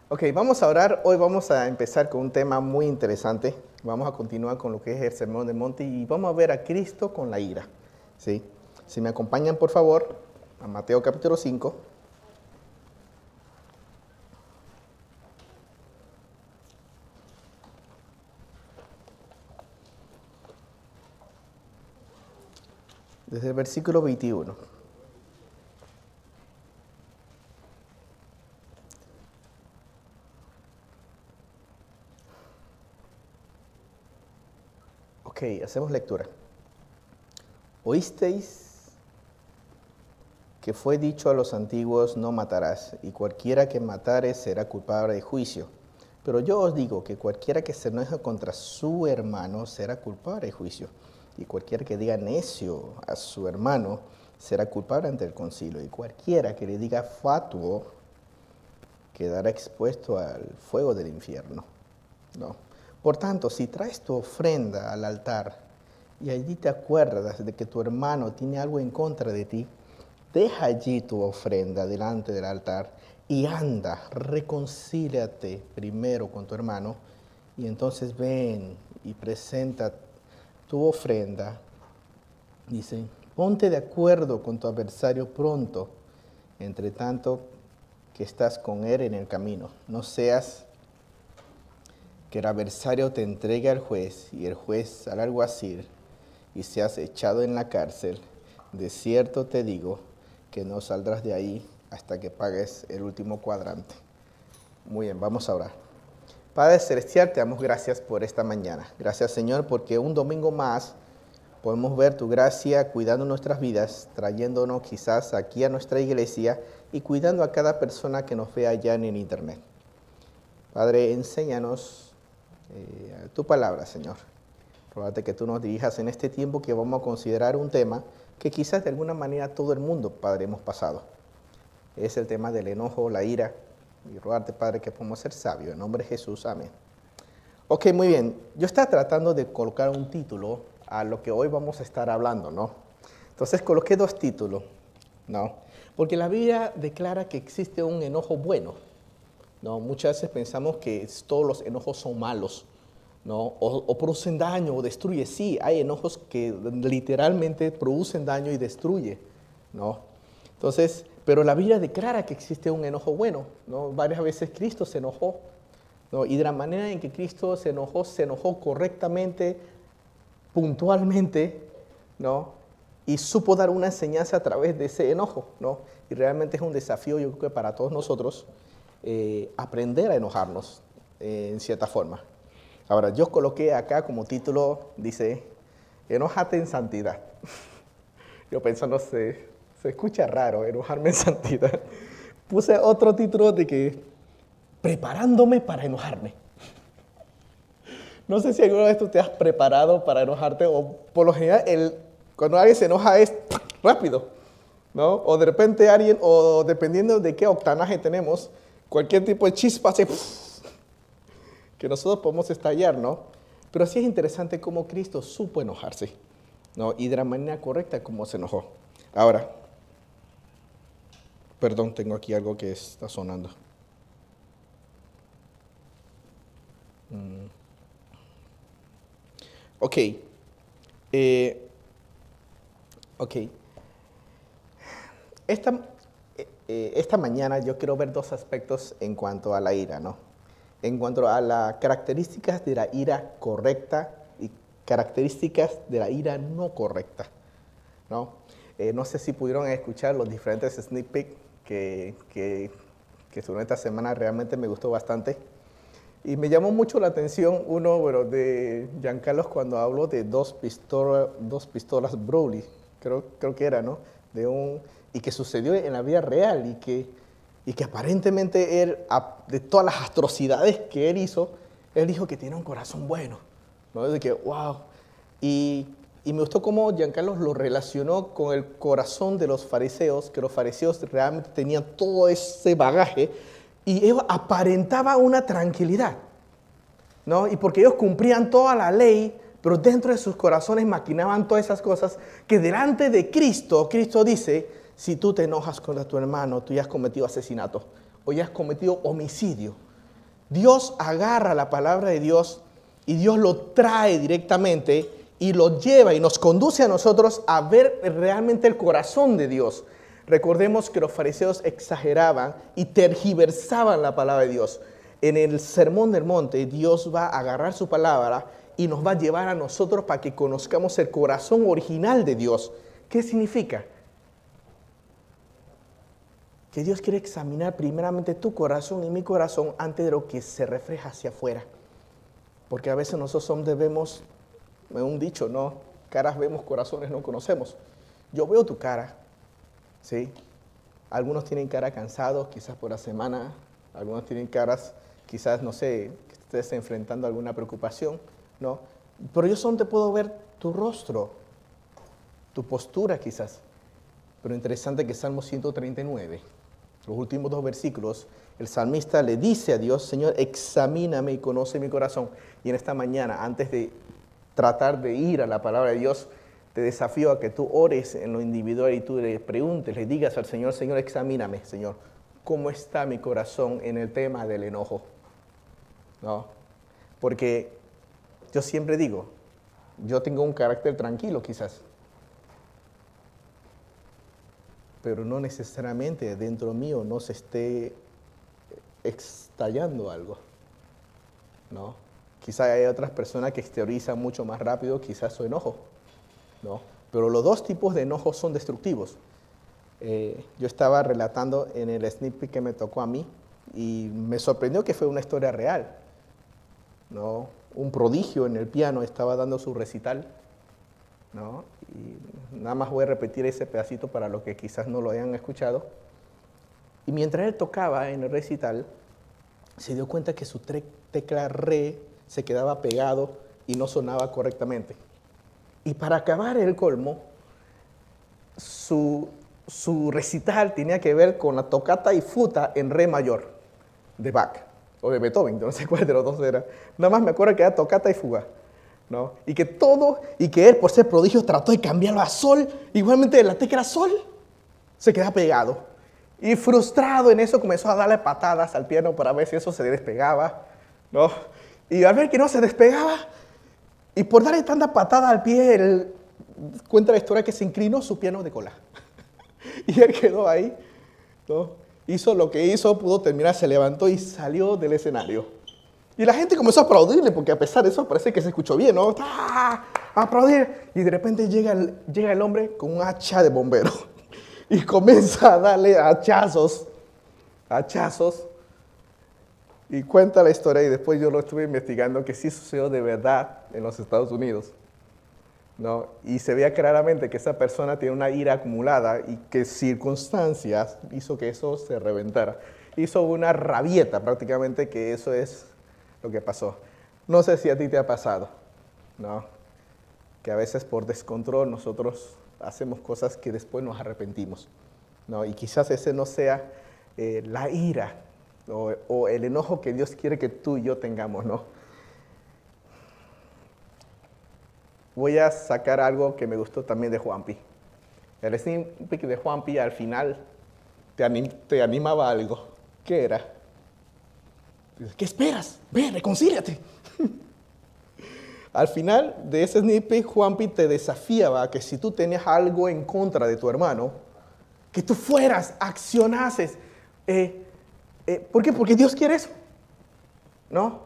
Ok, vamos a orar. Hoy vamos a empezar con un tema muy interesante. Vamos a continuar con lo que es el Sermón del Monte y vamos a ver a Cristo con la ira. ¿Sí? Si me acompañan, por favor, a Mateo capítulo 5. Desde el versículo 21. Ok, hacemos lectura. Oísteis que fue dicho a los antiguos, no matarás, y cualquiera que matare será culpable de juicio. Pero yo os digo que cualquiera que se enoje contra su hermano será culpable de juicio, y cualquiera que diga necio a su hermano será culpable ante el concilio, y cualquiera que le diga fatuo quedará expuesto al fuego del infierno. ¿No? Por tanto, si traes tu ofrenda al altar y allí te acuerdas de que tu hermano tiene algo en contra de ti, deja allí tu ofrenda delante del altar y anda, reconcíliate primero con tu hermano y entonces ven y presenta tu ofrenda. Dice, ponte de acuerdo con tu adversario pronto, entre tanto que estás con él en el camino. No seas que el adversario te entregue al juez y el juez al alguacil y seas echado en la cárcel. De cierto te digo que no saldrás de ahí hasta que pagues el último cuadrante. Muy bien, vamos a orar. Padre Celestial, te damos gracias por esta mañana. Gracias, Señor, porque un domingo más podemos ver tu gracia cuidando nuestras vidas, trayéndonos quizás aquí a nuestra iglesia y cuidando a cada persona que nos ve allá en el internet. Padre, enséñanos tu palabra, Señor. Rogate que tú nos dirijas en este tiempo que vamos a considerar un tema que quizás de alguna manera todo el mundo, Padre, hemos pasado. Es el tema del enojo, la ira. Y rogarte, Padre, que podamos ser sabios. En nombre de Jesús, amén. Ok, muy bien. Yo estaba tratando de colocar un título a lo que hoy vamos a estar hablando, ¿no? Entonces coloqué dos títulos, ¿no? Porque la Biblia declara que existe un enojo bueno, ¿no? Muchas veces pensamos que todos los enojos son malos, ¿no? O producen daño o destruyen. Sí, hay enojos que literalmente producen daño y destruyen, ¿no? Entonces, pero la Biblia declara que existe un enojo bueno, ¿no? Varias veces Cristo se enojó, ¿no? Y de la manera en que Cristo se enojó correctamente, puntualmente, ¿no? Y supo dar una enseñanza a través de ese enojo, ¿no? Y realmente es un desafío, yo creo que para todos nosotros, aprender a enojarnos en cierta forma. Ahora, yo coloqué acá como título, dice, enójate en santidad. Yo pensando, se escucha raro, enojarme en santidad. Puse otro título de que, preparándome para enojarme. No sé si alguna vez tú te has preparado para enojarte o por lo general cuando alguien se enoja es rápido, ¿no? O de repente alguien, o dependiendo de qué octanaje tenemos, cualquier tipo de chispa hace que nosotros podemos estallar, ¿no? Pero sí es interesante cómo Cristo supo enojarse, ¿no? Y de la manera correcta como se enojó. Ahora, perdón, tengo aquí algo que está sonando. Ok. Ok. Esta mañana yo quiero ver dos aspectos en cuanto a la ira, ¿no? En cuanto a las características de la ira correcta y características de la ira no correcta, ¿no? No sé si pudieron escuchar los diferentes sneak peek que sobre esta semana realmente me gustó bastante. Y me llamó mucho la atención uno, bueno, de Giancarlo cuando habló de dos pistolas Browley, creo que era, ¿no? Y que sucedió en la vida real y que aparentemente él, de todas las atrocidades que él hizo, él dijo que tiene un corazón bueno, ¿no? De que, wow. Y me gustó cómo Giancarlo lo relacionó con el corazón de los fariseos, que los fariseos realmente tenían todo ese bagaje y ellos aparentaban una tranquilidad, ¿no? Y porque ellos cumplían toda la ley, pero dentro de sus corazones maquinaban todas esas cosas que delante de Cristo, Cristo dice, si tú te enojas contra tu hermano, tú ya has cometido asesinato o ya has cometido homicidio, Dios agarra la palabra de Dios y Dios lo trae directamente y lo lleva y nos conduce a nosotros a ver realmente el corazón de Dios. Recordemos que los fariseos exageraban y tergiversaban la palabra de Dios. En el Sermón del Monte, Dios va a agarrar su palabra y nos va a llevar a nosotros para que conozcamos el corazón original de Dios. ¿Qué significa? Que Dios quiere examinar primeramente tu corazón y mi corazón antes de lo que se refleja hacia afuera. Porque a veces nosotros debemos, un dicho, ¿no? Caras vemos, corazones no conocemos. Yo veo tu cara, ¿sí? Algunos tienen cara cansados, quizás por la semana. Algunos tienen caras, quizás, no sé, que estés enfrentando alguna preocupación, ¿no? Pero yo solo te puedo ver tu rostro, tu postura quizás. Pero interesante que Salmo 139, los últimos 2 versículos, el salmista le dice a Dios, Señor, examíname y conoce mi corazón. Y en esta mañana, antes de tratar de ir a la palabra de Dios, te desafío a que tú ores en lo individual y tú le preguntes, le digas al Señor, Señor, examíname, Señor, ¿cómo está mi corazón en el tema del enojo? ¿No? Porque yo siempre digo, yo tengo un carácter tranquilo quizás, pero no necesariamente dentro mío no se esté estallando algo, ¿no? Quizás hay otras personas que exteriorizan mucho más rápido quizás su enojo, ¿no? Pero los 2 tipos de enojos son destructivos. Yo estaba relatando en el snippet que me tocó a mí y me sorprendió que fue una historia real, ¿no? Un prodigio en el piano estaba dando su recital, ¿no? Y nada más voy a repetir ese pedacito para los que quizás no lo hayan escuchado. Y mientras él tocaba en el recital, se dio cuenta que su tecla re se quedaba pegado y no sonaba correctamente. Y para acabar el colmo, su recital tenía que ver con la toccata y fuga en re mayor de Bach o de Beethoven, no sé cuál de los 2 era. Nada más me acuerdo que era toccata y fuga, ¿no? Y que él por ser prodigio trató de cambiarlo a sol, igualmente la tecla sol se queda pegado. Y frustrado en eso comenzó a darle patadas al piano para ver si eso se despegaba, ¿no? Y al ver que no se despegaba, y por darle tanta patada al pie, él cuenta la historia que se inclinó su piano de cola. Y él quedó ahí, ¿no? Hizo lo que hizo, pudo terminar, se levantó y salió del escenario. Y la gente comenzó a aplaudirle, porque a pesar de eso parece que se escuchó bien, ¿no? ¡Ah! A aplaudir. Y de repente llega el hombre con un hacha de bombero. Y comienza a darle hachazos. Y cuenta la historia, y después yo lo estuve investigando, que sí sucedió de verdad en los Estados Unidos, ¿no? Y se veía claramente que esa persona tiene una ira acumulada y que circunstancias hizo que eso se reventara. Hizo una rabieta prácticamente, que eso es lo que pasó. No sé si a ti te ha pasado, ¿no? Que a veces por descontrol nosotros hacemos cosas que después nos arrepentimos, ¿no? Y quizás ese no sea la ira o el enojo que Dios quiere que tú y yo tengamos, ¿no? Voy a sacar algo que me gustó también de Juanpi. El snippet de Juanpi al final te animaba a algo. ¿Qué era? ¿Qué esperas? Ve, reconcíliate. Al final de ese snippet, Juanpi te desafiaba a que si tú tenías algo en contra de tu hermano, que tú fueras, accionases. ¿Por qué? Porque Dios quiere eso, ¿no?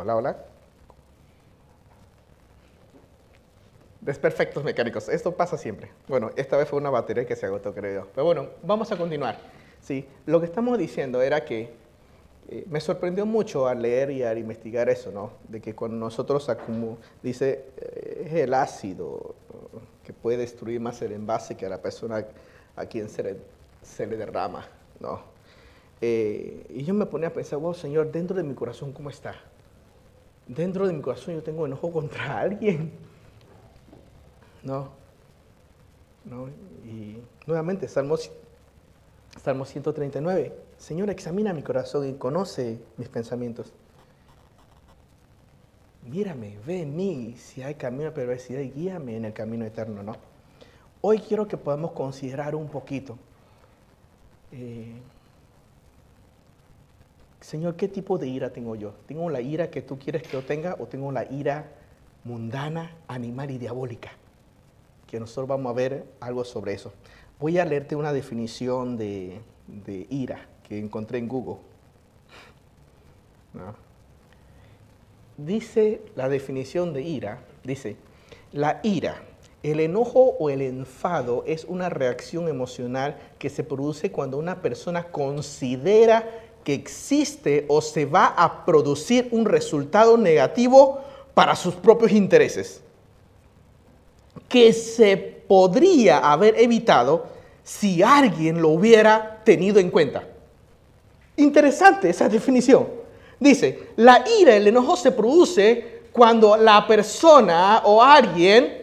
Hola, hola. Desperfectos mecánicos. Esto pasa siempre. Bueno, esta vez fue una batería que se agotó, creo yo. Pero bueno, vamos a continuar. Sí, lo que estamos diciendo era que me sorprendió mucho al leer y al investigar eso, ¿no? De que cuando nosotros dice, es el ácido que puede destruir más el envase que a la persona a quien se le derrama, ¿no? Y yo me ponía a pensar, wow, Señor, dentro de mi corazón, ¿cómo está? Dentro de mi corazón yo tengo enojo contra alguien. No, no. Y nuevamente, Salmo 139. Señor, examina mi corazón y conoce mis pensamientos. Mírame, ve en mí si hay camino de perversidad y guíame en el camino eterno, ¿no? Hoy quiero que podamos considerar un poquito, Señor, ¿qué tipo de ira tengo yo? ¿Tengo la ira que tú quieres que yo tenga o tengo la ira mundana, animal y diabólica? Que nosotros vamos a ver algo sobre eso. Voy a leerte una definición de ira que encontré en Google. ¿No? Dice la definición de ira, dice, la ira, el enojo o el enfado es una reacción emocional que se produce cuando una persona considera que existe o se va a producir un resultado negativo para sus propios intereses, que se podría haber evitado si alguien lo hubiera tenido en cuenta. Interesante esa definición. Dice, la ira, el enojo se produce cuando la persona o alguien,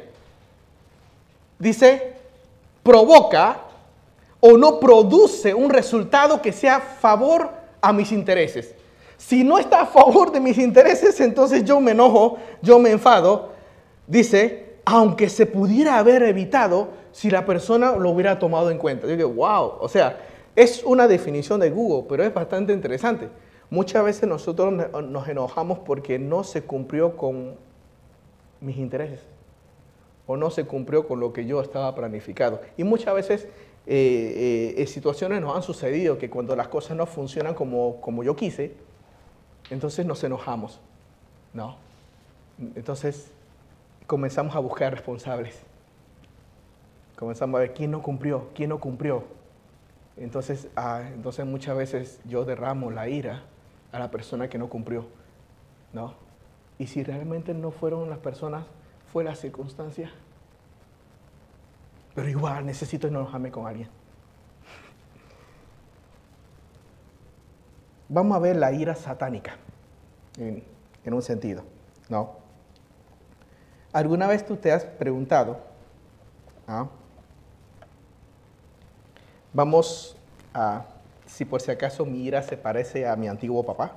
dice, provoca o no produce un resultado que sea a favor a mis intereses. Si no está a favor de mis intereses, entonces yo me enojo, yo me enfado. Dice, aunque se pudiera haber evitado si la persona lo hubiera tomado en cuenta. Yo digo, wow, o sea, es una definición de Google, pero es bastante interesante. Muchas veces nosotros nos enojamos porque no se cumplió con mis intereses o no se cumplió con lo que yo estaba planificado. Y muchas veces situaciones nos han sucedido que cuando las cosas no funcionan como yo quise, entonces nos enojamos, ¿no? Entonces comenzamos a buscar responsables. Comenzamos a ver quién no cumplió, quién no cumplió. Entonces muchas veces yo derramo la ira a la persona que no cumplió, ¿no? Y si realmente no fueron las personas, fue la circunstancia. Pero igual necesito enojarme con alguien. Vamos a ver la ira satánica en un sentido, ¿no? ¿Alguna vez tú te has preguntado, vamos a, si por si acaso mi ira se parece a mi antiguo papá?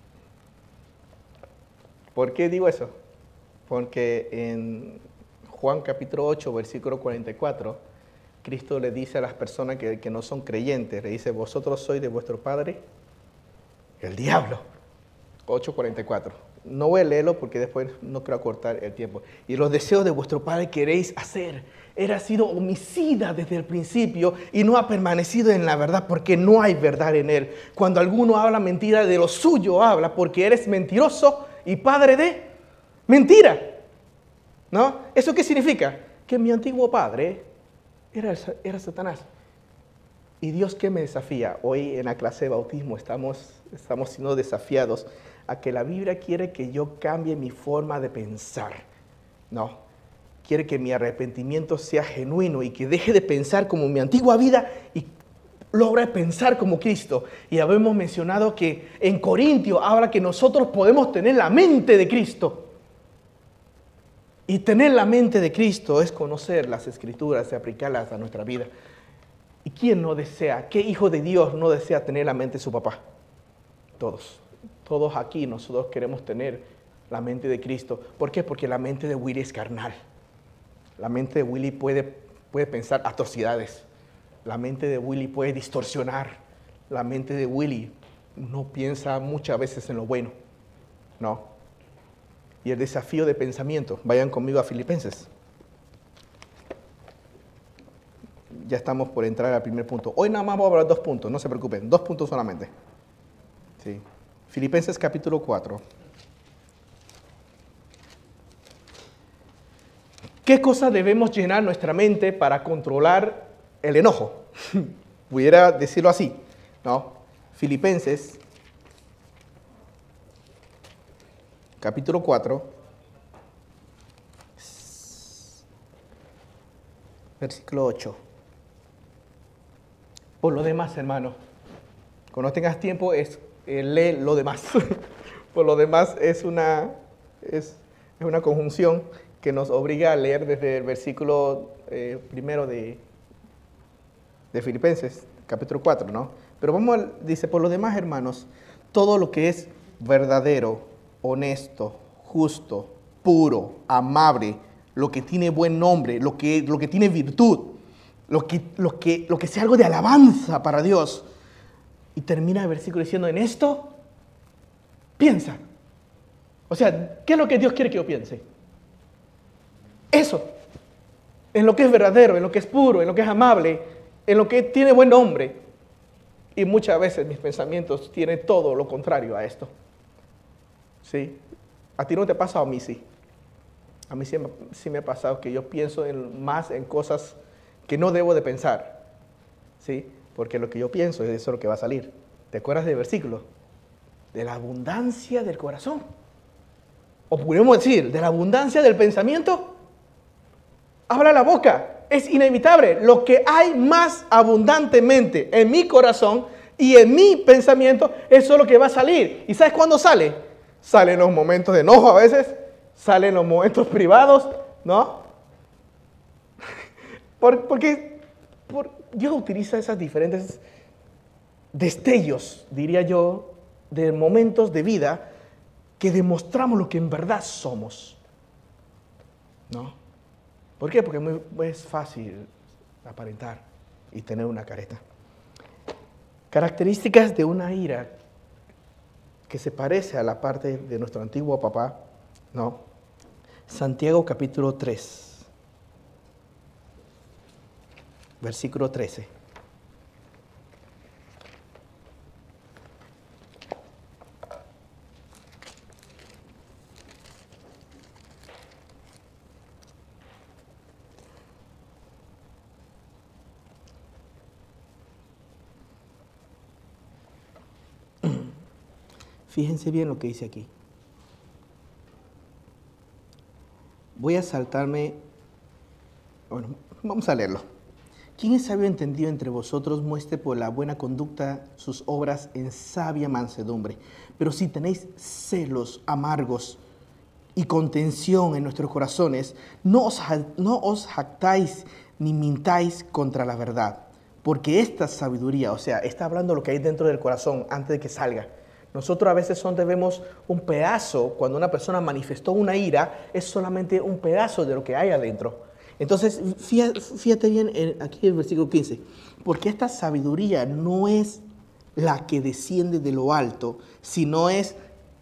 ¿Por qué digo eso? Porque en Juan capítulo 8, versículo 44, Cristo le dice a las personas que no son creyentes, le dice, vosotros sois de vuestro padre, el diablo. 8:44. No voy a leerlo porque después no quiero acortar el tiempo. Y los deseos de vuestro padre queréis hacer. Él ha sido homicida desde el principio y no ha permanecido en la verdad porque no hay verdad en él. Cuando alguno habla mentira, de lo suyo habla porque eres mentiroso y padre de mentira. ¿No? ¿Eso qué significa? Que mi antiguo padre era Satanás. ¿Y Dios qué me desafía? Hoy en la clase de bautismo estamos siendo desafiados a que la Biblia quiere que yo cambie mi forma de pensar. No, quiere que mi arrepentimiento sea genuino y que deje de pensar como mi antigua vida y logre pensar como Cristo. Y habíamos mencionado que en Corintios habla que nosotros podemos tener la mente de Cristo. Y tener la mente de Cristo es conocer las Escrituras y aplicarlas a nuestra vida. ¿Y quién no desea? ¿Qué hijo de Dios no desea tener la mente de su papá? Todos. Todos aquí nosotros queremos tener la mente de Cristo. ¿Por qué? Porque la mente de Willy es carnal. La mente de Willy puede pensar atrocidades. La mente de Willy puede distorsionar. La mente de Willy no piensa muchas veces en lo bueno. No. Y el desafío de pensamiento. Vayan conmigo a Filipenses. Ya estamos por entrar al primer punto. Hoy nada más voy a hablar 2 puntos, no se preocupen. 2 puntos solamente. Sí. Filipenses capítulo 4. ¿Qué cosa debemos llenar nuestra mente para controlar el enojo? Pudiera decirlo así, ¿no? Filipenses, capítulo 4, versículo 8. Por lo demás, hermano, cuando tengas tiempo, lee lo demás. Por lo demás es una conjunción que nos obliga a leer desde el versículo primero de Filipenses, capítulo 4, ¿no? Pero dice, por lo demás, hermanos, todo lo que es verdadero, honesto, justo, puro, amable, lo que tiene buen nombre, lo que tiene virtud, lo que sea algo de alabanza para Dios. Y termina el versículo diciendo, en esto, piensa. O sea, ¿qué es lo que Dios quiere que yo piense? Eso. En lo que es verdadero, en lo que es puro, en lo que es amable, en lo que tiene buen nombre. Y muchas veces mis pensamientos tienen todo lo contrario a esto. ¿Sí? ¿A ti no te ha pasado? A mí sí. A mí sí me ha pasado que yo pienso más en cosas que no debo de pensar. ¿Sí? Porque lo que yo pienso es eso lo que va a salir. ¿Te acuerdas del versículo? De la abundancia del corazón. O podemos decir, de la abundancia del pensamiento, habla la boca. Es inevitable. Lo que hay más abundantemente en mi corazón y en mi pensamiento, eso es lo que va a salir. ¿Y sabes cuándo sale? Sale en los momentos de enojo a veces, sale en los momentos privados, ¿no? Porque Dios utiliza esas diferentes destellos, diría yo, de momentos de vida que demostramos lo que en verdad somos, ¿no? ¿Por qué? Porque es fácil aparentar y tener una careta. Características de una ira que se parece a la parte de nuestro antiguo papá, ¿no? Santiago capítulo 3, versículo 13. Fíjense bien lo que dice aquí. Voy a saltarme. Bueno, vamos a leerlo. ¿Quién es sabio y entendido entre vosotros? Muestre por la buena conducta sus obras en sabia mansedumbre. Pero si tenéis celos amargos y contención en nuestros corazones, no os jactáis ni mintáis contra la verdad. Porque esta sabiduría, o sea, está hablando de lo que hay dentro del corazón antes de que salga. Nosotros a veces vemos un pedazo, cuando una persona manifestó una ira, es solamente un pedazo de lo que hay adentro. Entonces, fíjate bien aquí en el versículo 15, porque esta sabiduría no es la que desciende de lo alto, sino es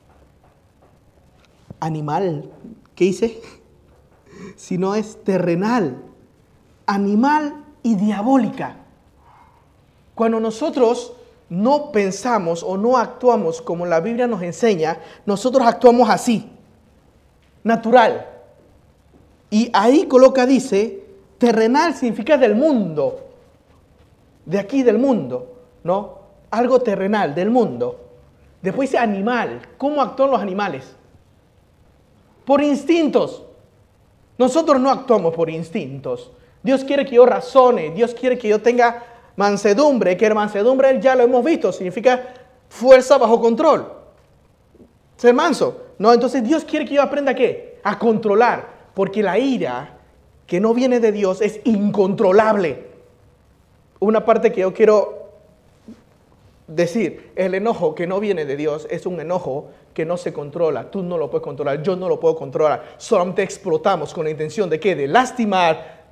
animal, ¿qué dice? Sino es terrenal, animal y diabólica. Cuando nosotros no pensamos o no actuamos como la Biblia nos enseña, nosotros actuamos así, natural. Y ahí dice, terrenal significa del mundo, de aquí del mundo, ¿no? Algo terrenal, del mundo. Después dice animal. ¿Cómo actúan los animales? Por instintos. Nosotros no actuamos por instintos. Dios quiere que yo razone, Dios quiere que yo tenga mansedumbre, que la mansedumbre ya lo hemos visto, significa fuerza bajo control. Ser manso. No, entonces Dios quiere que yo aprenda ¿qué? A controlar. Porque la ira que no viene de Dios es incontrolable. Una parte que yo quiero decir, el enojo que no viene de Dios es un enojo que no se controla. Tú no lo puedes controlar, yo no lo puedo controlar. Solamente explotamos con la intención de ¿qué? De lastimar,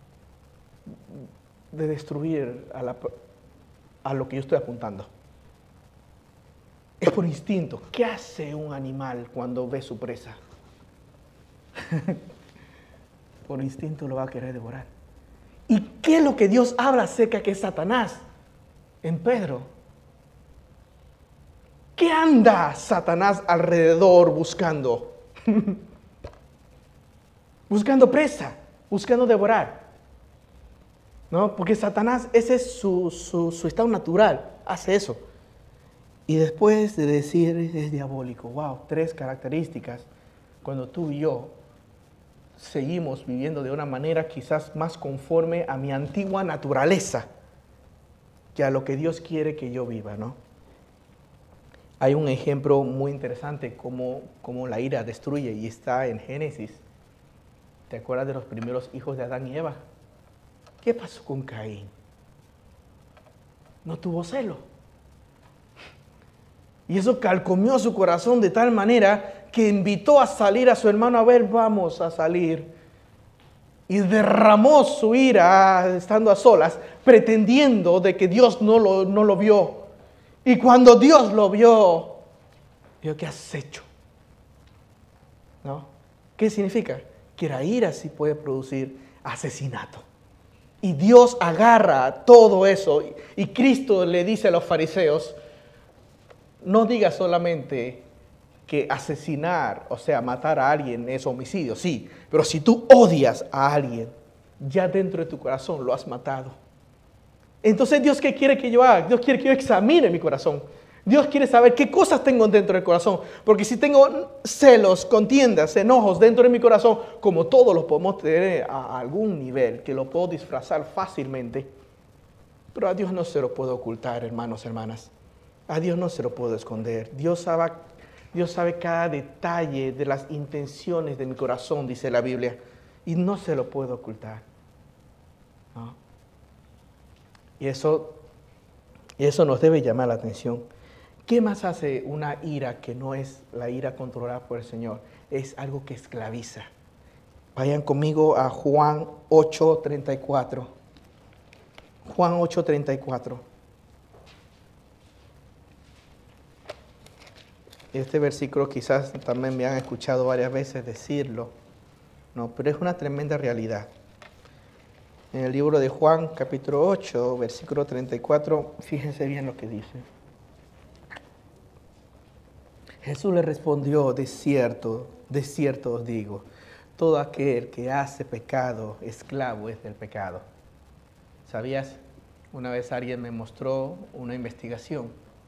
de destruir a lo que yo estoy apuntando. Es por instinto. ¿Qué hace un animal cuando ve su presa? Por instinto lo va a querer devorar. ¿Y qué es lo que Dios habla acerca que es Satanás en Pedro? ¿Qué anda Satanás alrededor buscando? Buscando presa. buscando devorar, ¿no? Porque Satanás, ese es su estado natural, hace eso. Y después de decir es diabólico, wow, 3 características, cuando tú y yo seguimos viviendo de una manera quizás más conforme a mi antigua naturaleza que a lo que Dios quiere que yo viva, ¿no? Hay un ejemplo muy interesante cómo la ira destruye y está en Génesis. ¿Te acuerdas de los primeros hijos de Adán y Eva? ¿Qué pasó con Caín? No tuvo celo. Y eso calcomió su corazón de tal manera que invitó a salir a su hermano, a ver, vamos a salir. Y derramó su ira estando a solas, pretendiendo de que Dios no lo vio. Y cuando Dios lo vio, dijo, ¿qué has hecho? ¿No? ¿Qué significa? Que la ira sí puede producir asesinato. Y Dios agarra todo eso. Y Cristo le dice a los fariseos, no diga solamente que asesinar, o sea, matar a alguien es homicidio, sí. Pero si tú odias a alguien, ya dentro de tu corazón lo has matado. Entonces, ¿Dios qué quiere que yo haga? Dios quiere que yo examine mi corazón. Dios quiere saber qué cosas tengo dentro del corazón. Porque si tengo celos, contiendas, enojos dentro de mi corazón, como todos los podemos tener a algún nivel, que lo puedo disfrazar fácilmente, pero a Dios no se lo puede ocultar, hermanos, hermanas. A Dios no se lo puedo esconder. Dios sabe cada detalle de las intenciones de mi corazón, dice la Biblia, y no se lo puedo ocultar, ¿no? Y eso nos debe llamar la atención. ¿Qué más hace una ira que no es la ira controlada por el Señor? Es algo que esclaviza. Vayan conmigo a Juan 8:34. Juan 8:34. Este versículo quizás también me han escuchado varias veces decirlo, ¿no? Pero es una tremenda realidad. En el libro de Juan, capítulo 8, versículo 34, fíjense bien lo que dice. Jesús le respondió, de cierto os digo, todo aquel que hace pecado, esclavo es del pecado. ¿Sabías? Una vez alguien me mostró una investigación.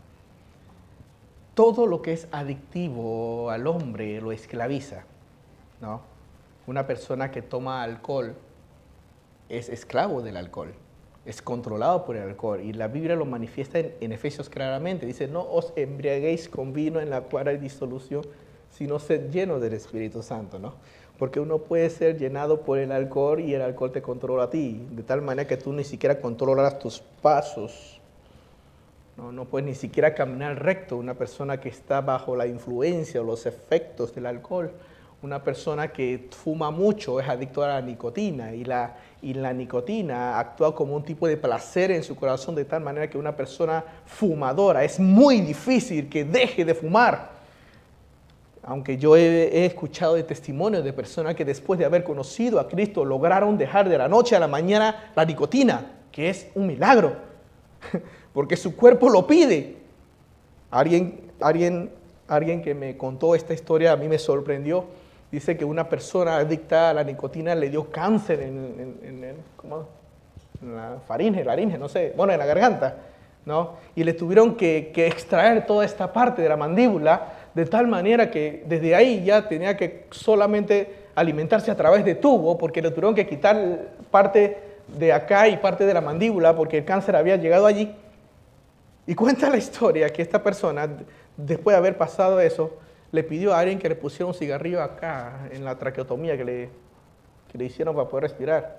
Todo lo que es adictivo al hombre lo esclaviza, ¿no? Una persona que toma alcohol es esclavo del alcohol, es controlado por el alcohol. Y la Biblia lo manifiesta en Efesios claramente. Dice, no os embriaguéis con vino en la cual hay disolución, sino sed llenos del Espíritu Santo, ¿no? Porque uno puede ser llenado por el alcohol y el alcohol te controla a ti, de tal manera que tú ni siquiera controlas tus pasos. No puedes ni siquiera caminar recto. Una persona que está bajo la influencia o los efectos del alcohol, una persona que fuma mucho es adicto a la nicotina y la nicotina actúa como un tipo de placer en su corazón de tal manera que una persona fumadora es muy difícil que deje de fumar. Aunque yo he escuchado de testimonios de personas que después de haber conocido a Cristo lograron dejar de la noche a la mañana la nicotina, que es un milagro, porque su cuerpo lo pide. Alguien que me contó esta historia a mí me sorprendió. Dice que una persona adicta a la nicotina le dio cáncer en la faringe, no sé, bueno, en la garganta, ¿no? Y le tuvieron que extraer toda esta parte de la mandíbula, de tal manera que desde ahí ya tenía que solamente alimentarse a través de tubo, porque le tuvieron que quitar parte de acá y parte de la mandíbula, porque el cáncer había llegado allí. Y cuenta la historia que esta persona, después de haber pasado eso, le pidió a alguien que le pusiera un cigarrillo acá, en la traqueotomía que le hicieron para poder respirar.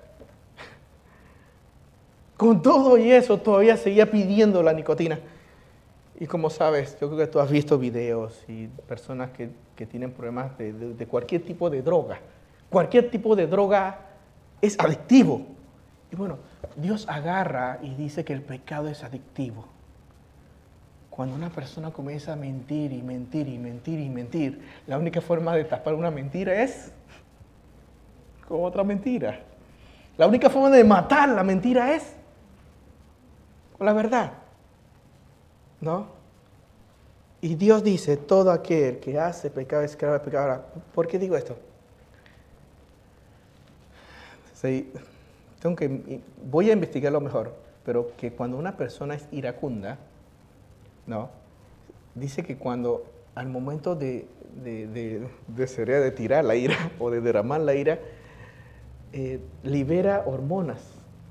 Con todo y eso, todavía seguía pidiendo la nicotina. Y como sabes, yo creo que tú has visto videos y personas que tienen problemas de cualquier tipo de droga. Cualquier tipo de droga es adictivo. Y bueno, Dios agarra y dice que el pecado es adictivo. Cuando una persona comienza a mentir y mentir y mentir y mentir, la única forma de tapar una mentira es con otra mentira. La única forma de matar la mentira es con la verdad, ¿no? Y Dios dice, todo aquel que hace pecado es esclavo del pecado. Ahora, ¿por qué digo esto? Sí, voy a investigarlo mejor, pero que cuando una persona es iracunda, ¿no? Dice que cuando al momento de tirar la ira o de derramar la ira, libera hormonas.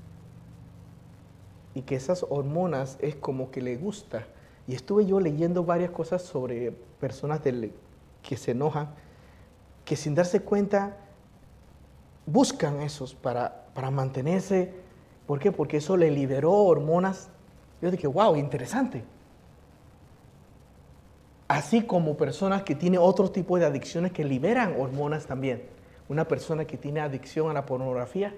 Y que esas hormonas es como que le gusta. Y estuve yo leyendo varias cosas sobre personas que se enojan, que sin darse cuenta buscan esos para mantenerse. ¿Por qué? Porque eso le liberó hormonas. Yo dije, wow, interesante. Así como personas que tienen otro tipo de adicciones que liberan hormonas también. Una persona que tiene adicción a la pornografía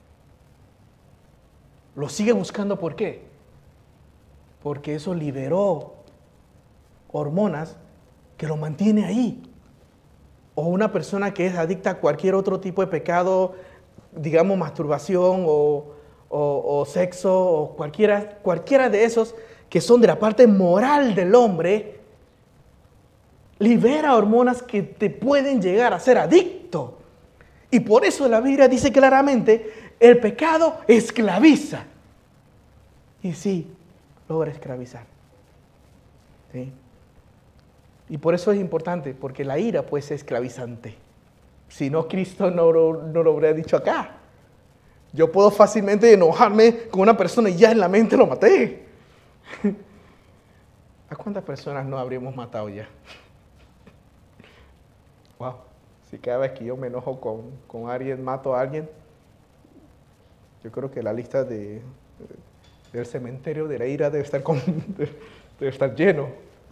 lo sigue buscando. ¿Por qué? Porque eso liberó hormonas que lo mantiene ahí. O una persona que es adicta a cualquier otro tipo de pecado, digamos masturbación o sexo, o cualquiera de esos que son de la parte moral del hombre, libera hormonas que te pueden llegar a ser adicto. Y por eso la Biblia dice claramente, el pecado esclaviza. Y sí, logra esclavizar. ¿Sí? Y por eso es importante, porque la ira pues es esclavizante. Si no, Cristo no lo habría dicho acá. Yo puedo fácilmente enojarme con una persona y ya en la mente lo maté. ¿A cuántas personas no habríamos matado ya? Wow, si cada vez que yo me enojo con alguien, mato a alguien, yo creo que la lista del cementerio de la ira debe estar lleno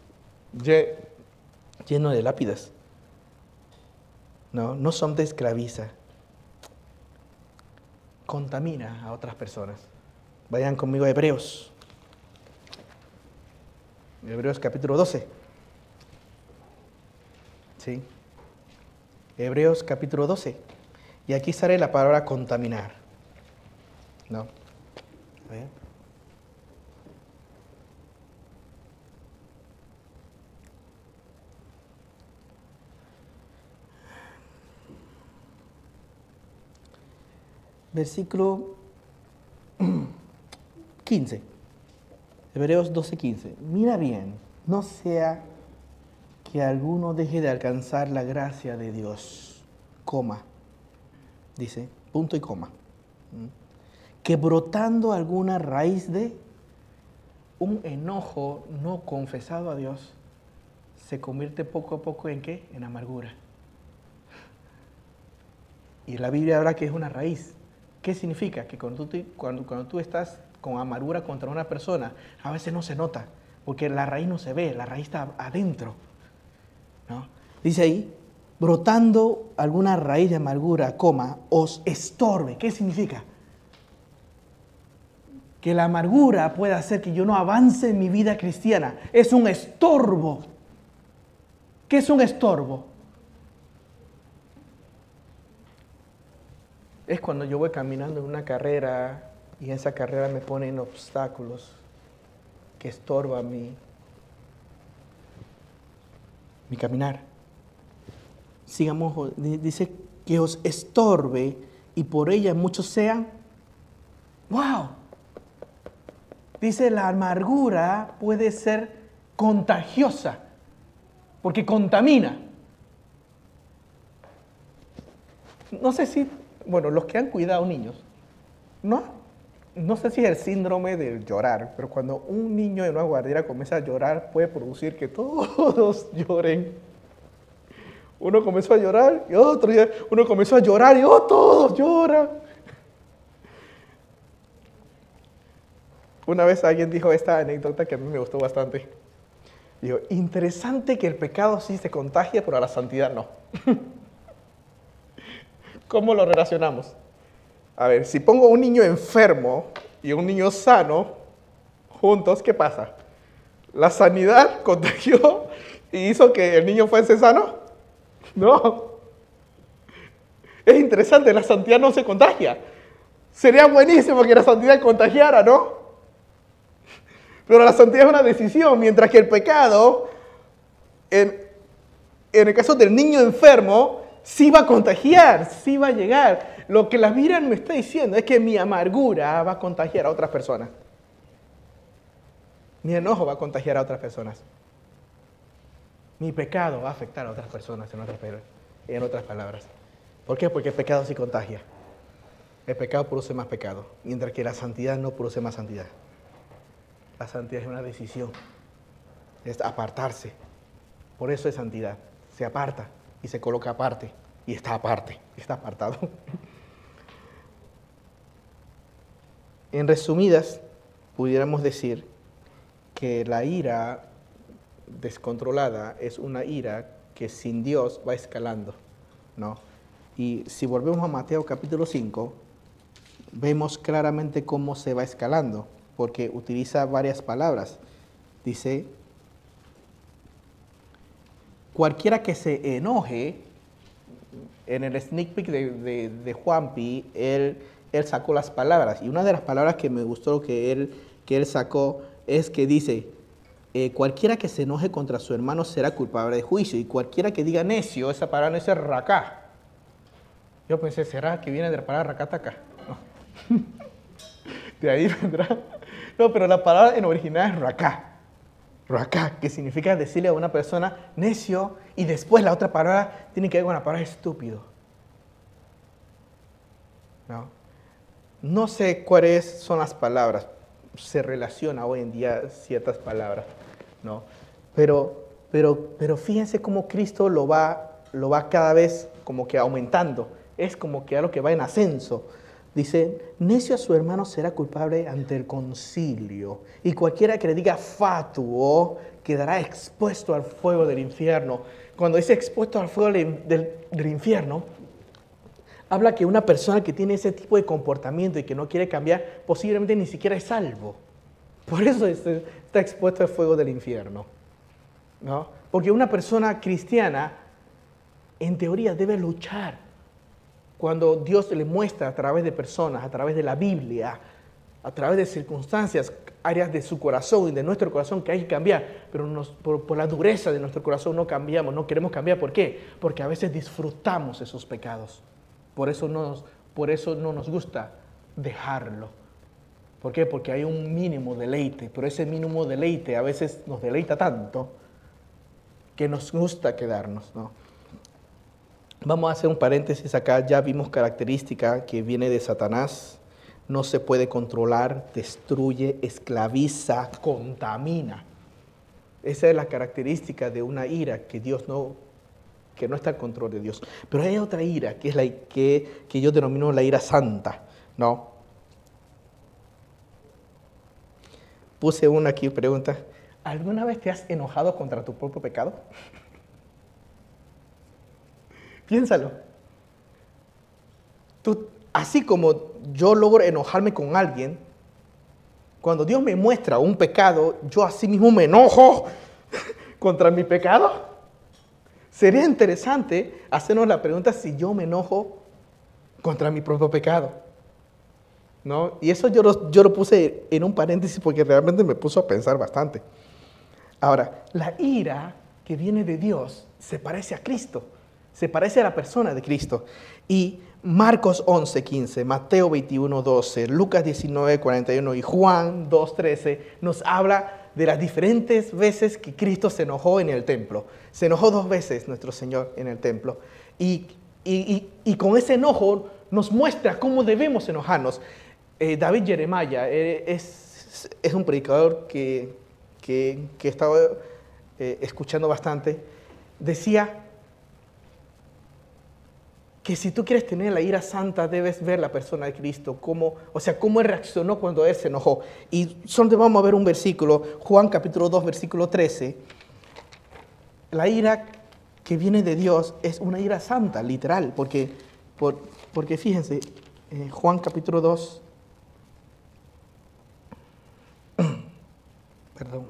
de lápidas. No solamente esclaviza, contamina a otras personas. Vayan conmigo a Hebreos. Hebreos capítulo 12. ¿Sí? Hebreos capítulo 12. Y aquí sale la palabra contaminar. ¿No? A ver. Versículo 15. Hebreos 12:15. Mira bien, no sea que alguno deje de alcanzar la gracia de Dios, coma, dice, punto y coma, que brotando alguna raíz de un enojo no confesado a Dios, se convierte poco a poco ¿en qué? En amargura. Y la Biblia habla que es una raíz. ¿Qué significa? Que cuando tú estás con amargura contra una persona, a veces no se nota, porque la raíz no se ve, la raíz está adentro, ¿no? Dice ahí, brotando alguna raíz de amargura, coma, os estorbe. ¿Qué significa? Que la amargura puede hacer que yo no avance en mi vida cristiana. Es un estorbo. ¿Qué es un estorbo? Es cuando yo voy caminando en una carrera y en esa carrera me ponen obstáculos que estorban mi caminar. Sigamos, dice que os estorbe y por ella muchos sean. ¡Wow! Dice la amargura puede ser contagiosa porque contamina. No sé si, bueno, los que han cuidado niños, no sé si es el síndrome del llorar, pero cuando un niño en una guardería comienza a llorar puede producir que todos lloren. Uno comenzó a llorar y otro día uno comenzó a llorar y todos lloran. Una vez alguien dijo esta anécdota que a mí me gustó bastante. Dijo, interesante que el pecado sí se contagia, pero a la santidad no. ¿Cómo lo relacionamos? A ver, si pongo un niño enfermo y un niño sano juntos, ¿qué pasa? ¿La sanidad contagió y hizo que el niño fuese sano? No. Es interesante, la santidad no se contagia. Sería buenísimo que la santidad contagiara, ¿no? Pero la santidad es una decisión, mientras que el pecado, en el caso del niño enfermo, sí va a contagiar, sí va a llegar. lo que la Biblia me está diciendo es que mi amargura va a contagiar a otras personas. Mi enojo va a contagiar a otras personas. Mi pecado va a afectar a otras personas, en otras palabras. ¿Por qué? Porque el pecado sí contagia. El pecado produce más pecado, mientras que la santidad no produce más santidad. La santidad es una decisión, es apartarse. Por eso es santidad. Se aparta y se coloca aparte y está aparte, está apartado. En resumidas, pudiéramos decir que la ira descontrolada es una ira que sin Dios va escalando, ¿no? Y si volvemos a Mateo capítulo 5, vemos claramente cómo se va escalando, porque utiliza varias palabras. Dice, cualquiera que se enoje, en el sneak peek de Juanpi, él sacó las palabras, y una de las palabras que me gustó que él sacó es que dice, cualquiera que se enoje contra su hermano será culpable de juicio, y cualquiera que diga necio, esa palabra no es racá. Yo pensé, ¿será que viene de la palabra racataca? No. De ahí vendrá. No, pero la palabra en original es racá. Racá, que significa decirle a una persona necio, y después la otra palabra tiene que ver con la palabra estúpido. No sé cuáles son las palabras. Se relaciona hoy en día ciertas palabras, ¿no? Pero fíjense cómo Cristo lo va cada vez como que aumentando. Es como que algo que va en ascenso. Dice, necio a su hermano será culpable ante el concilio, y cualquiera que le diga fatuo quedará expuesto al fuego del infierno. Cuando dice expuesto al fuego del infierno, habla que una persona que tiene ese tipo de comportamiento y que no quiere cambiar, posiblemente ni siquiera es salvo. Por eso está expuesto al fuego del infierno, ¿no? Porque una persona cristiana, en teoría, debe luchar. Cuando Dios le muestra a través de personas, a través de la Biblia, a través de circunstancias, áreas de su corazón y de nuestro corazón que hay que cambiar, pero por la dureza de nuestro corazón no cambiamos, no queremos cambiar. ¿Por qué? Porque a veces disfrutamos esos pecados. Por eso no nos gusta dejarlo. ¿Por qué? Porque hay un mínimo deleite, pero ese mínimo deleite a veces nos deleita tanto que nos gusta quedarnos, ¿no? Vamos a hacer un paréntesis acá. Ya vimos característica que viene de Satanás. No se puede controlar, destruye, esclaviza, contamina. Esa es la característica de una ira que no está al control de Dios. Pero hay otra ira, que es la que yo denomino la ira santa, ¿no? Puse una aquí, pregunta, ¿alguna vez te has enojado contra tu propio pecado? Piénsalo. Así como yo logro enojarme con alguien, cuando Dios me muestra un pecado, yo así mismo me enojo contra mi pecado. Sería interesante hacernos la pregunta si yo me enojo contra mi propio pecado, ¿no? Y eso yo lo puse en un paréntesis porque realmente me puso a pensar bastante. Ahora, la ira que viene de Dios se parece a Cristo, se parece a la persona de Cristo. Y Marcos 11:15, Mateo 21:12, Lucas 19:41 y Juan 2:13 nos habla de las diferentes veces que Cristo se enojó en el templo. Se enojó 2 veces nuestro Señor en el templo. Y con ese enojo nos muestra cómo debemos enojarnos. David Jeremiah es un predicador que he estado escuchando bastante. Decía que si tú quieres tener la ira santa, debes ver la persona de Cristo, cómo Él reaccionó cuando Él se enojó. Y solo vamos a ver un versículo, Juan capítulo 2, versículo 13. La ira que viene de Dios es una ira santa, literal, porque fíjense, Juan capítulo 2, perdón,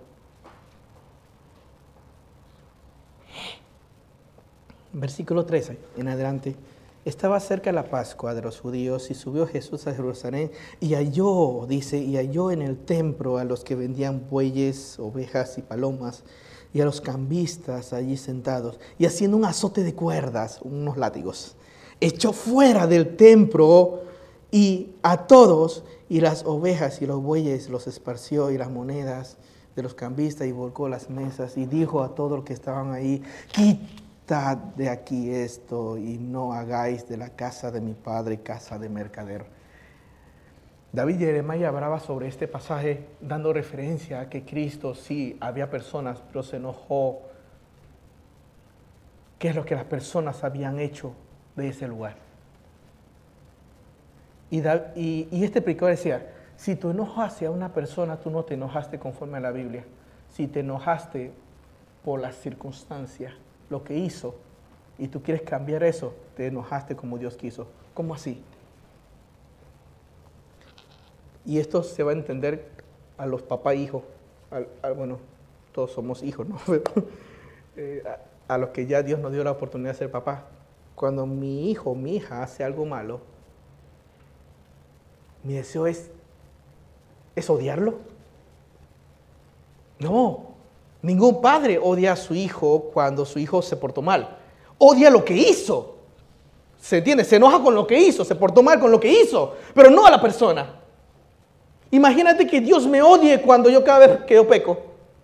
versículo 13 en adelante. Estaba cerca la Pascua de los judíos y subió Jesús a Jerusalén y halló en el templo a los que vendían bueyes, ovejas y palomas y a los cambistas allí sentados y haciendo un azote de cuerdas, unos látigos. echó fuera del templo y a todos, y las ovejas y los bueyes los esparció, y las monedas de los cambistas, y volcó las mesas, y dijo a todos los que estaban ahí: quitad de aquí esto, y no hagáis de la casa de mi padre casa de mercader. David y Jeremías hablaba sobre este pasaje dando referencia a que Cristo sí había personas, pero se enojó. ¿Qué es lo que las personas habían hecho de ese lugar? Y este predicador decía: si tú enojas hacia una persona, tú no te enojaste conforme a la Biblia. Si te enojaste por las circunstancias, lo que hizo, y tú quieres cambiar eso, te enojaste como Dios quiso. ¿Cómo así? Y esto se va a entender a los papá e hijos. Bueno, todos somos hijos, ¿no? A los que ya Dios nos dio la oportunidad de ser papá. Cuando mi hijo o mi hija hace algo malo, mi deseo es odiarlo. No, ningún padre odia a su hijo cuando su hijo se portó mal. Odia lo que hizo. ¿Se entiende? Se enoja con lo que hizo, se portó mal con lo que hizo, pero no a la persona. Imagínate que Dios me odie cuando yo cada vez que yo peco.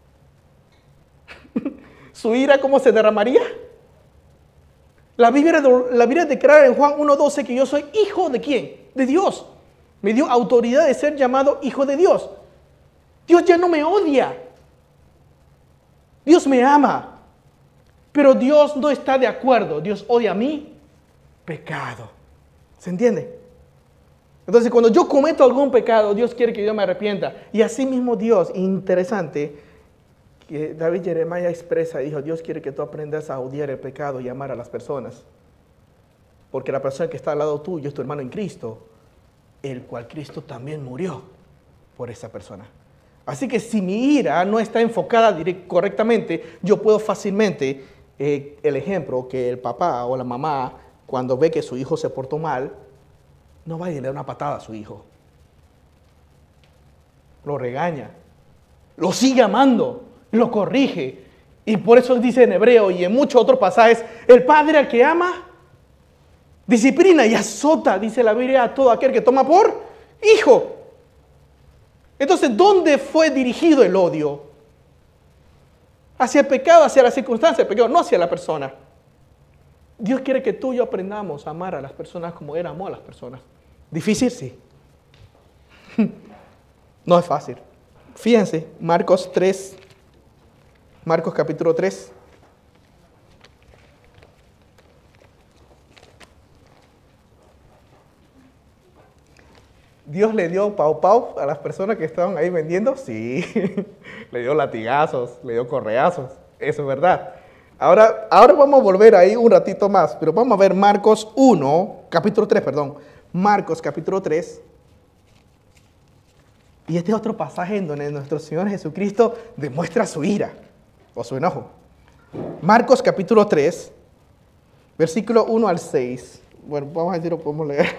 ¿Su ira cómo se derramaría? La Biblia declara en Juan 1:12 que yo soy hijo ¿de quién? De Dios. Me dio autoridad de ser llamado hijo de Dios. Dios ya no me odia. Dios me ama. Pero Dios no está de acuerdo. Dios odia mi pecado. ¿Se entiende? Entonces, cuando yo cometo algún pecado, Dios quiere que yo me arrepienta. Y así mismo Dios, interesante, que David Jeremías expresa, dijo: Dios quiere que tú aprendas a odiar el pecado y amar a las personas. Porque la persona que está al lado tuyo es tu hermano en Cristo, el cual Cristo también murió por esa persona. Así que si mi ira no está enfocada correctamente, yo puedo fácilmente, el ejemplo, que el papá o la mamá, cuando ve que su hijo se portó mal, no va a darle una patada a su hijo. Lo regaña, lo sigue amando, lo corrige. Y por eso dice en Hebreo y en muchos otros pasajes: el padre al que ama, disciplina y azota, dice la Biblia, a todo aquel que toma por hijo. Entonces, ¿dónde fue dirigido el odio? Hacia el pecado, hacia la circunstancia del pecado, no hacia la persona. Dios quiere que tú y yo aprendamos a amar a las personas como Él amó a las personas. ¿Difícil? Sí. No es fácil. Fíjense, Marcos capítulo 3. ¿Dios le dio pau a las personas que estaban ahí vendiendo? Sí. Le dio latigazos, le dio correazos. Eso es verdad. Ahora vamos a volver ahí un ratito más, pero vamos a ver Marcos 3. Marcos capítulo 3. Y este es otro pasaje en donde nuestro Señor Jesucristo demuestra su ira o su enojo. Marcos capítulo 3, versículo 1 al 6. Bueno, vamos a decir, lo podemos leer.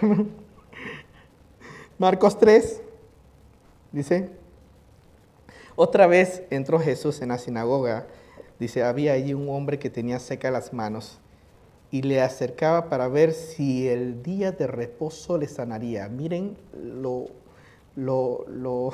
Marcos 3 dice: otra vez entró Jesús en la sinagoga. Dice: había allí un hombre que tenía secas las manos, y le acercaba para ver si el día de reposo le sanaría. Miren los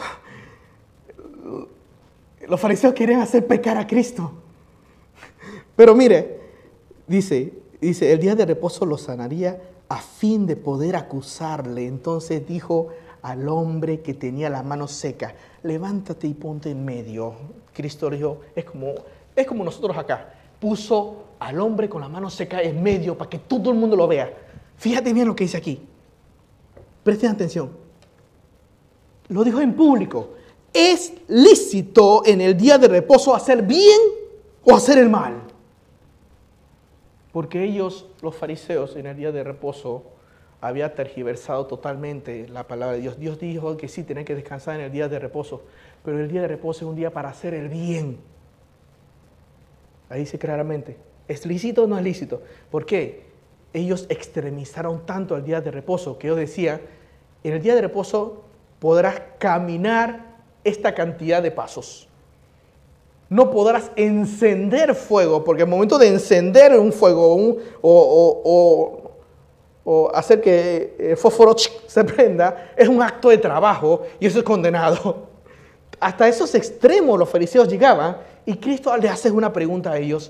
fariseos quieren hacer pecar a Cristo. Pero mire, dice, el día de reposo lo sanaría a fin de poder acusarle. Entonces dijo al hombre que tenía la mano seca: levántate y ponte en medio. Cristo dijo, es como nosotros acá. Puso al hombre con la mano seca en medio para que todo el mundo lo vea. Fíjate bien lo que dice aquí. Presten atención. Lo dijo en público. ¿Es lícito en el día de reposo hacer bien o hacer el mal? Porque ellos, los fariseos, en el día de reposo, había tergiversado totalmente la palabra de Dios. Dios dijo que sí, tenían que descansar en el día de reposo, pero el día de reposo es un día para hacer el bien. Ahí dice claramente, ¿es lícito o no es lícito? ¿Por qué? Ellos extremizaron tanto el día de reposo que ellos decían: en el día de reposo podrás caminar esta cantidad de pasos. No podrás encender fuego, porque el momento de encender un fuego o hacer que el fósforo se prenda, es un acto de trabajo y eso es condenado. Hasta esos extremos los fariseos llegaban y Cristo le hace una pregunta a ellos.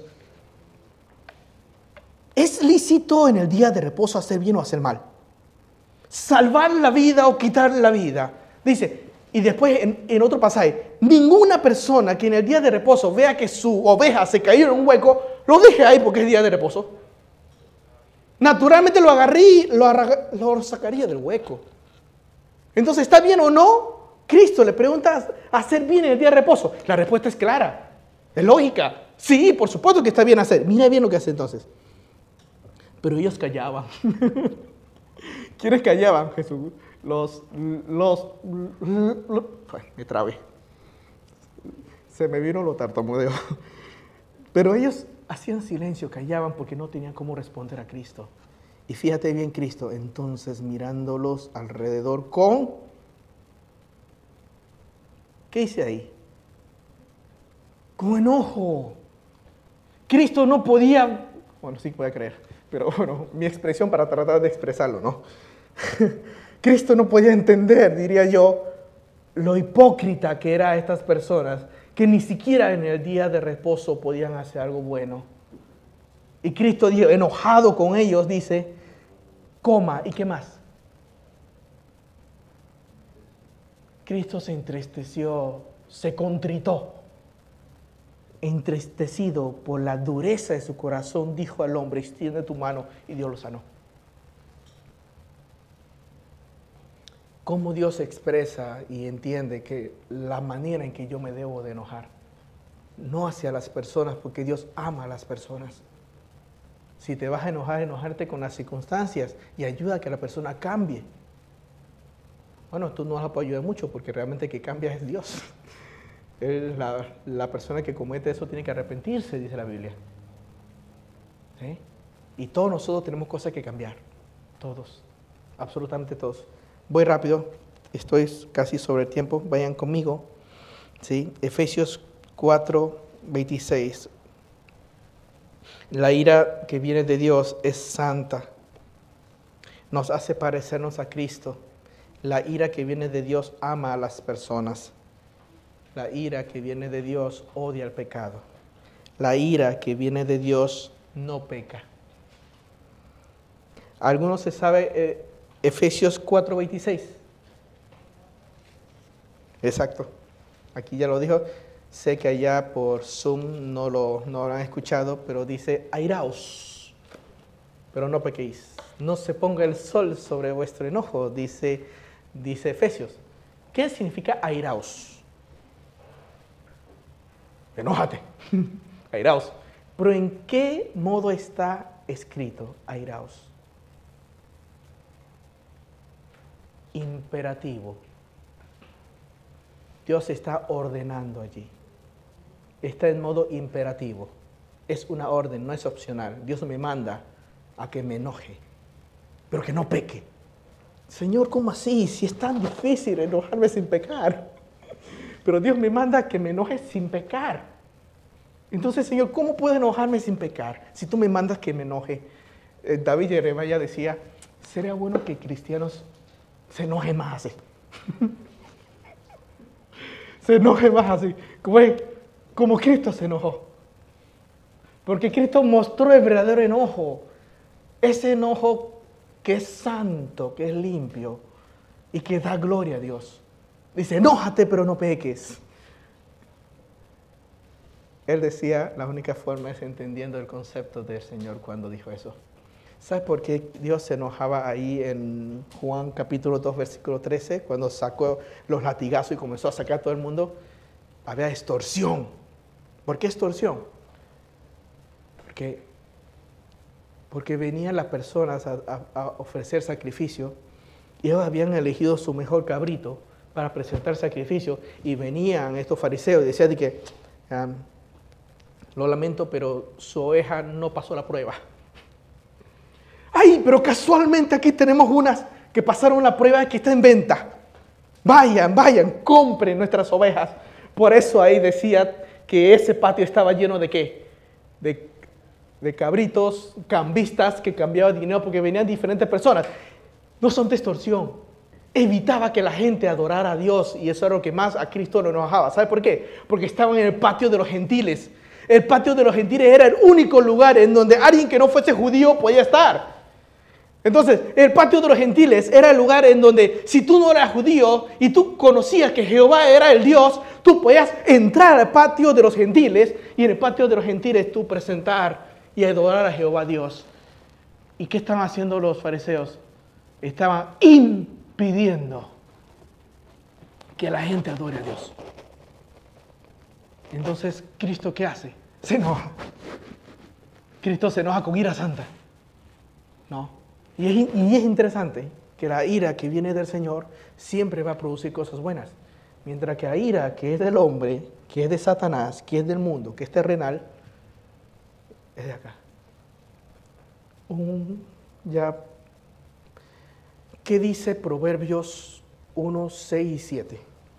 ¿Es lícito en el día de reposo hacer bien o hacer mal? ¿Salvar la vida o quitar la vida? Dice, y después en otro pasaje, ninguna persona que en el día de reposo vea que su oveja se cayó en un hueco, lo deje ahí porque es día de reposo. Naturalmente lo sacaría del hueco. Entonces, ¿está bien o no? Cristo le pregunta, ¿hacer bien en el día de reposo? La respuesta es clara, es lógica. Sí, por supuesto que está bien hacer. Mira bien lo que hace entonces. Pero ellos callaban. ¿Quiénes callaban, Jesús? Me trabé. Se me vino lo tartamudeo. Pero ellos hacían silencio, callaban porque no tenían cómo responder a Cristo. Y fíjate bien, Cristo, entonces mirándolos alrededor con... ¿Qué dice ahí? Con enojo. Cristo no podía... Bueno, sí puede creer, pero bueno, mi expresión para tratar de expresarlo, ¿no? Cristo no podía entender, diría yo, lo hipócrita que eran estas personas, que ni siquiera en el día de reposo podían hacer algo bueno. Y Cristo, enojado con ellos, dice, coma, ¿y qué más? Cristo se entristeció, se contritó. Entristecido por la dureza de su corazón, dijo al hombre, extiende tu mano, y Dios lo sanó. Cómo Dios expresa y entiende que la manera en que yo me debo de enojar, no hacia las personas, porque Dios ama a las personas. Si te vas a enojar, enojarte con las circunstancias y ayuda a que la persona cambie. Bueno, tú no la puedes ayudar mucho porque realmente el que cambia es Dios. La persona que comete eso tiene que arrepentirse, dice la Biblia. ¿Sí? Y todos nosotros tenemos cosas que cambiar. Todos. Absolutamente todos. Voy rápido. Estoy casi sobre el tiempo. Vayan conmigo. ¿Sí? Efesios 4:26. La ira que viene de Dios es santa. Nos hace parecernos a Cristo. La ira que viene de Dios ama a las personas. La ira que viene de Dios odia el pecado. La ira que viene de Dios no peca. ¿Alguno se sabe Efesios 4:26? Exacto. Aquí ya lo dijo. Sé que allá por Zoom no lo han escuchado, pero dice, airaos, pero no pequéis. No se ponga el sol sobre vuestro enojo, dice Efesios. ¿Qué significa airaos? Enójate, airaos. Pero ¿en qué modo está escrito airaos? Imperativo. Dios está ordenando allí. Está en modo imperativo. Es una orden, no es opcional. Dios me manda a que me enoje, pero que no peque. Señor, ¿cómo así? Si es tan difícil enojarme sin pecar. Pero Dios me manda a que me enoje sin pecar. Entonces, Señor, ¿cómo puedo enojarme sin pecar si tú me mandas que me enoje? David Jeremiah decía, sería bueno que cristianos se enojen más así. Se enoje más así. Como Cristo se enojó. Porque Cristo mostró el verdadero enojo. Ese enojo que es santo, que es limpio y que da gloria a Dios. Dice, enójate pero no peques. Él decía, la única forma es entendiendo el concepto del Señor cuando dijo eso. ¿Sabes por qué Dios se enojaba ahí en Juan capítulo 2, versículo 13? Cuando sacó los latigazos y comenzó a sacar a todo el mundo. Había extorsión. ¿Por qué extorsión? Porque venían las personas a ofrecer sacrificio y ellos habían elegido su mejor cabrito para presentar sacrificio y venían estos fariseos y decían que lo lamento, pero su oveja no pasó la prueba. ¡Ay, pero casualmente aquí tenemos unas que pasaron la prueba que está en venta! Vayan, compren nuestras ovejas. Por eso ahí decía que ese patio estaba lleno de ¿qué? De de cabritos, cambistas que cambiaban dinero porque venían diferentes personas. No son de extorsión. Evitaba que la gente adorara a Dios y eso era lo que más a Cristo lo enojaba. ¿Sabe por qué? Porque estaban en el patio de los gentiles. El patio de los gentiles era el único lugar en donde alguien que no fuese judío podía estar. Entonces, el patio de los gentiles era el lugar en donde si tú no eras judío y tú conocías que Jehová era el Dios, tú podías entrar al patio de los gentiles y en el patio de los gentiles tú presentar y adorar a Jehová Dios. ¿Y qué estaban haciendo los fariseos? Estaban impidiendo que la gente adore a Dios. Entonces, ¿Cristo qué hace? Se enoja. Cristo se enoja con ira santa. ¿No? Y es interesante que la ira que viene del Señor siempre va a producir cosas buenas. Mientras que la ira que es del hombre, que es de Satanás, que es del mundo, que es terrenal, es de acá. ¿Qué dice Proverbios 1, 6 y 7?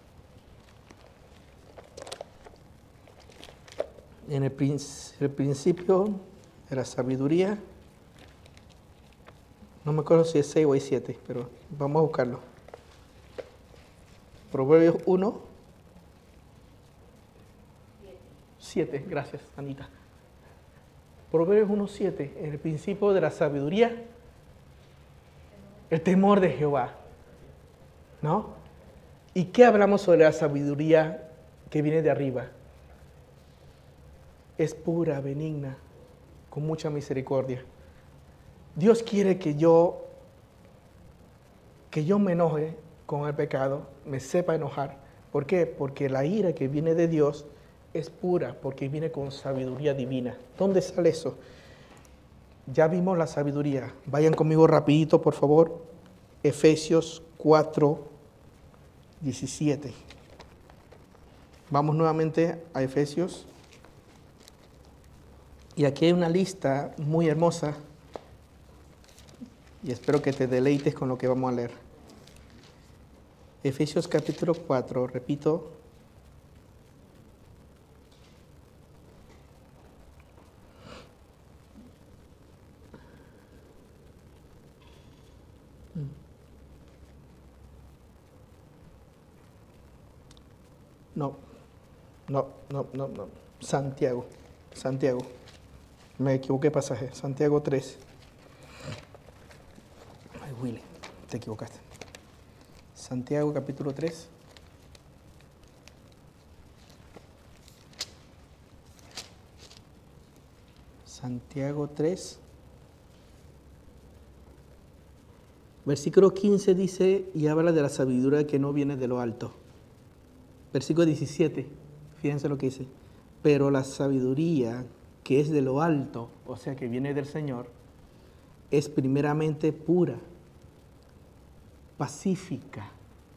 En el principio de la sabiduría, no me acuerdo si es 6 o es 7, pero vamos a buscarlo. Proverbios 1, 7, gracias, Anita. Proverbios 1, 7, en el principio de la sabiduría, el temor de Jehová, ¿no? ¿Y qué hablamos sobre la sabiduría que viene de arriba? Es pura, benigna, con mucha misericordia. Dios quiere que yo me enoje con el pecado, me sepa enojar. ¿Por qué? Porque la ira que viene de Dios es pura, porque viene con sabiduría divina. ¿Dónde sale eso? Ya vimos la sabiduría. Vayan conmigo rapidito, por favor. Efesios 4, 17. Vamos nuevamente a Efesios. Y aquí hay una lista muy hermosa. Y espero que te deleites con lo que vamos a leer. Efesios capítulo 4, repito. No. Santiago. Me equivoqué pasaje. Santiago 3. Ay, Willy, te equivocaste. Santiago capítulo 3. Santiago 3. Versículo 15 dice, y habla de la sabiduría que no viene de lo alto. Versículo 17, fíjense lo que dice. Pero la sabiduría que es de lo alto, o sea que viene del Señor, es primeramente pura, pacífica,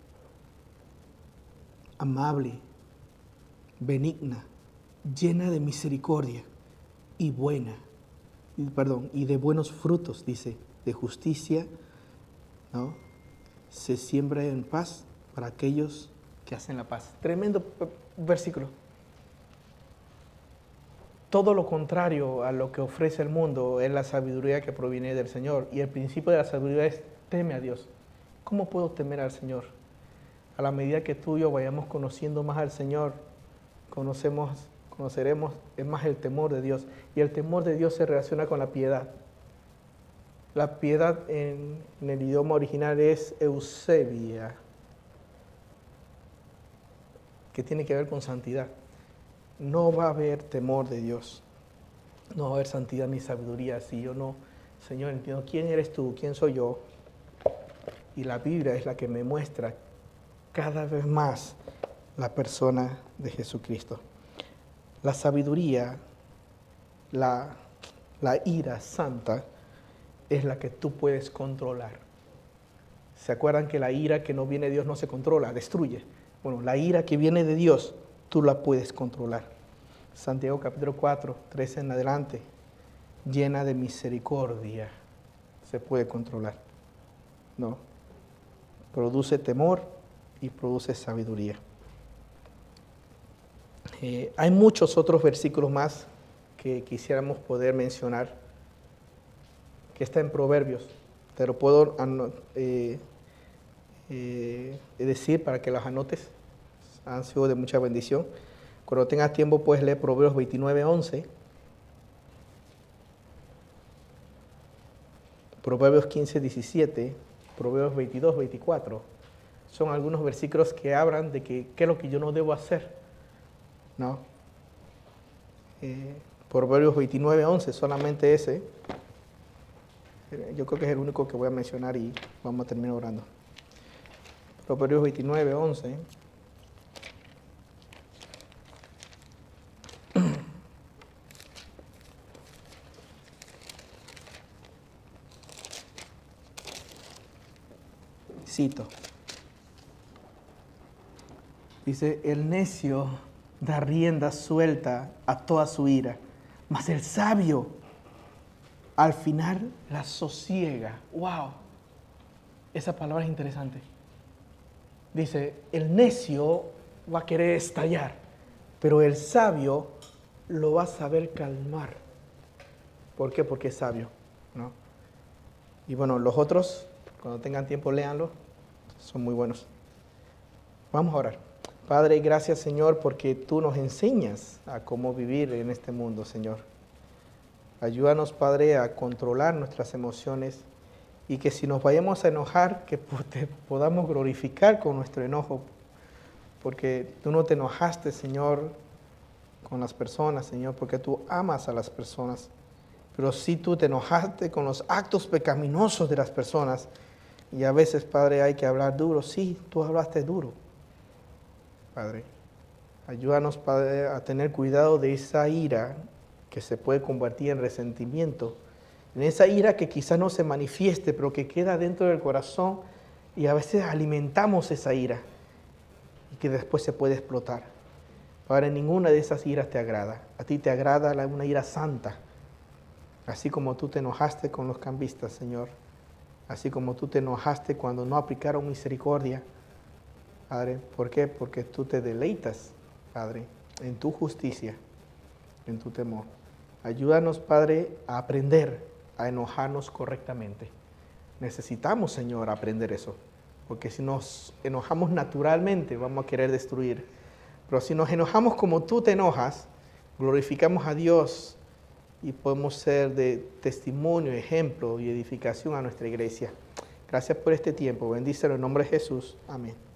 amable, benigna, llena de misericordia y y de buenos frutos, dice, de justicia, ¿no? Se siembra en paz para aquellos que hacen la paz. Tremendo versículo. Todo lo contrario a lo que ofrece el mundo es la sabiduría que proviene del Señor. Y el principio de la sabiduría es teme a Dios. ¿Cómo puedo temer al Señor? A la medida que tú y yo vayamos conociendo más al Señor, conoceremos es más el temor de Dios. Y el temor de Dios se relaciona con la piedad. La piedad en el idioma original es eusebia, que tiene que ver con santidad. No va a haber temor de Dios, no va a haber santidad ni sabiduría si yo no, Señor, entiendo quién eres tú, quién soy yo. Y la Biblia es la que me muestra cada vez más la persona de Jesucristo. La sabiduría, la ira santa es la que tú puedes controlar. ¿Se acuerdan que la ira que no viene de Dios no se controla, destruye? Bueno, la ira que viene de Dios, tú la puedes controlar. Santiago capítulo 4, 13 en adelante, llena de misericordia, se puede controlar. ¿No? Produce temor y produce sabiduría. Hay muchos otros versículos más que quisiéramos poder mencionar, que está en Proverbios. Te lo puedo decir para que las anotes. Han sido de mucha bendición. Cuando tengas tiempo puedes leer Proverbios 29:11, Proverbios 15:17, Proverbios 22:24. Son algunos versículos que hablan de qué es lo que yo no debo hacer, ¿no? Proverbios 29:11, solamente ese. Yo creo que es el único que voy a mencionar y vamos a terminar orando. Proverbios 29:11. Cito. Dice, el necio da rienda suelta a toda su ira, mas el sabio al final la sosiega. ¡Wow! Esa palabra es interesante. Dice, el necio va a querer estallar, pero el sabio lo va a saber calmar. ¿Por qué? Porque es sabio, ¿no? Y bueno, los otros, cuando tengan tiempo, léanlo. Son muy buenos. Vamos a orar. Padre, gracias, Señor, porque tú nos enseñas a cómo vivir en este mundo, Señor. Ayúdanos, Padre, a controlar nuestras emociones y que si nos vayamos a enojar, que te podamos glorificar con nuestro enojo, porque tú no te enojaste, Señor, con las personas, Señor, porque tú amas a las personas, pero sí tú te enojaste con los actos pecaminosos de las personas. Y a veces, Padre, hay que hablar duro. Sí, tú hablaste duro, Padre. Ayúdanos, Padre, a tener cuidado de esa ira que se puede convertir en resentimiento. En esa ira que quizás no se manifieste, pero que queda dentro del corazón y a veces alimentamos esa ira y que después se puede explotar. Padre, ninguna de esas iras te agrada. A ti te agrada una ira santa. Así como tú te enojaste con los cambistas, Señor. Así como tú te enojaste cuando no aplicaron misericordia, Padre. ¿Por qué? Porque tú te deleitas, Padre, en tu justicia, en tu temor. Ayúdanos, Padre, a aprender a enojarnos correctamente. Necesitamos, Señor, aprender eso. Porque si nos enojamos naturalmente, vamos a querer destruir. Pero si nos enojamos como tú te enojas, glorificamos a Dios y podemos ser de testimonio, ejemplo y edificación a nuestra iglesia. Gracias por este tiempo. Bendícelo en nombre de Jesús. Amén.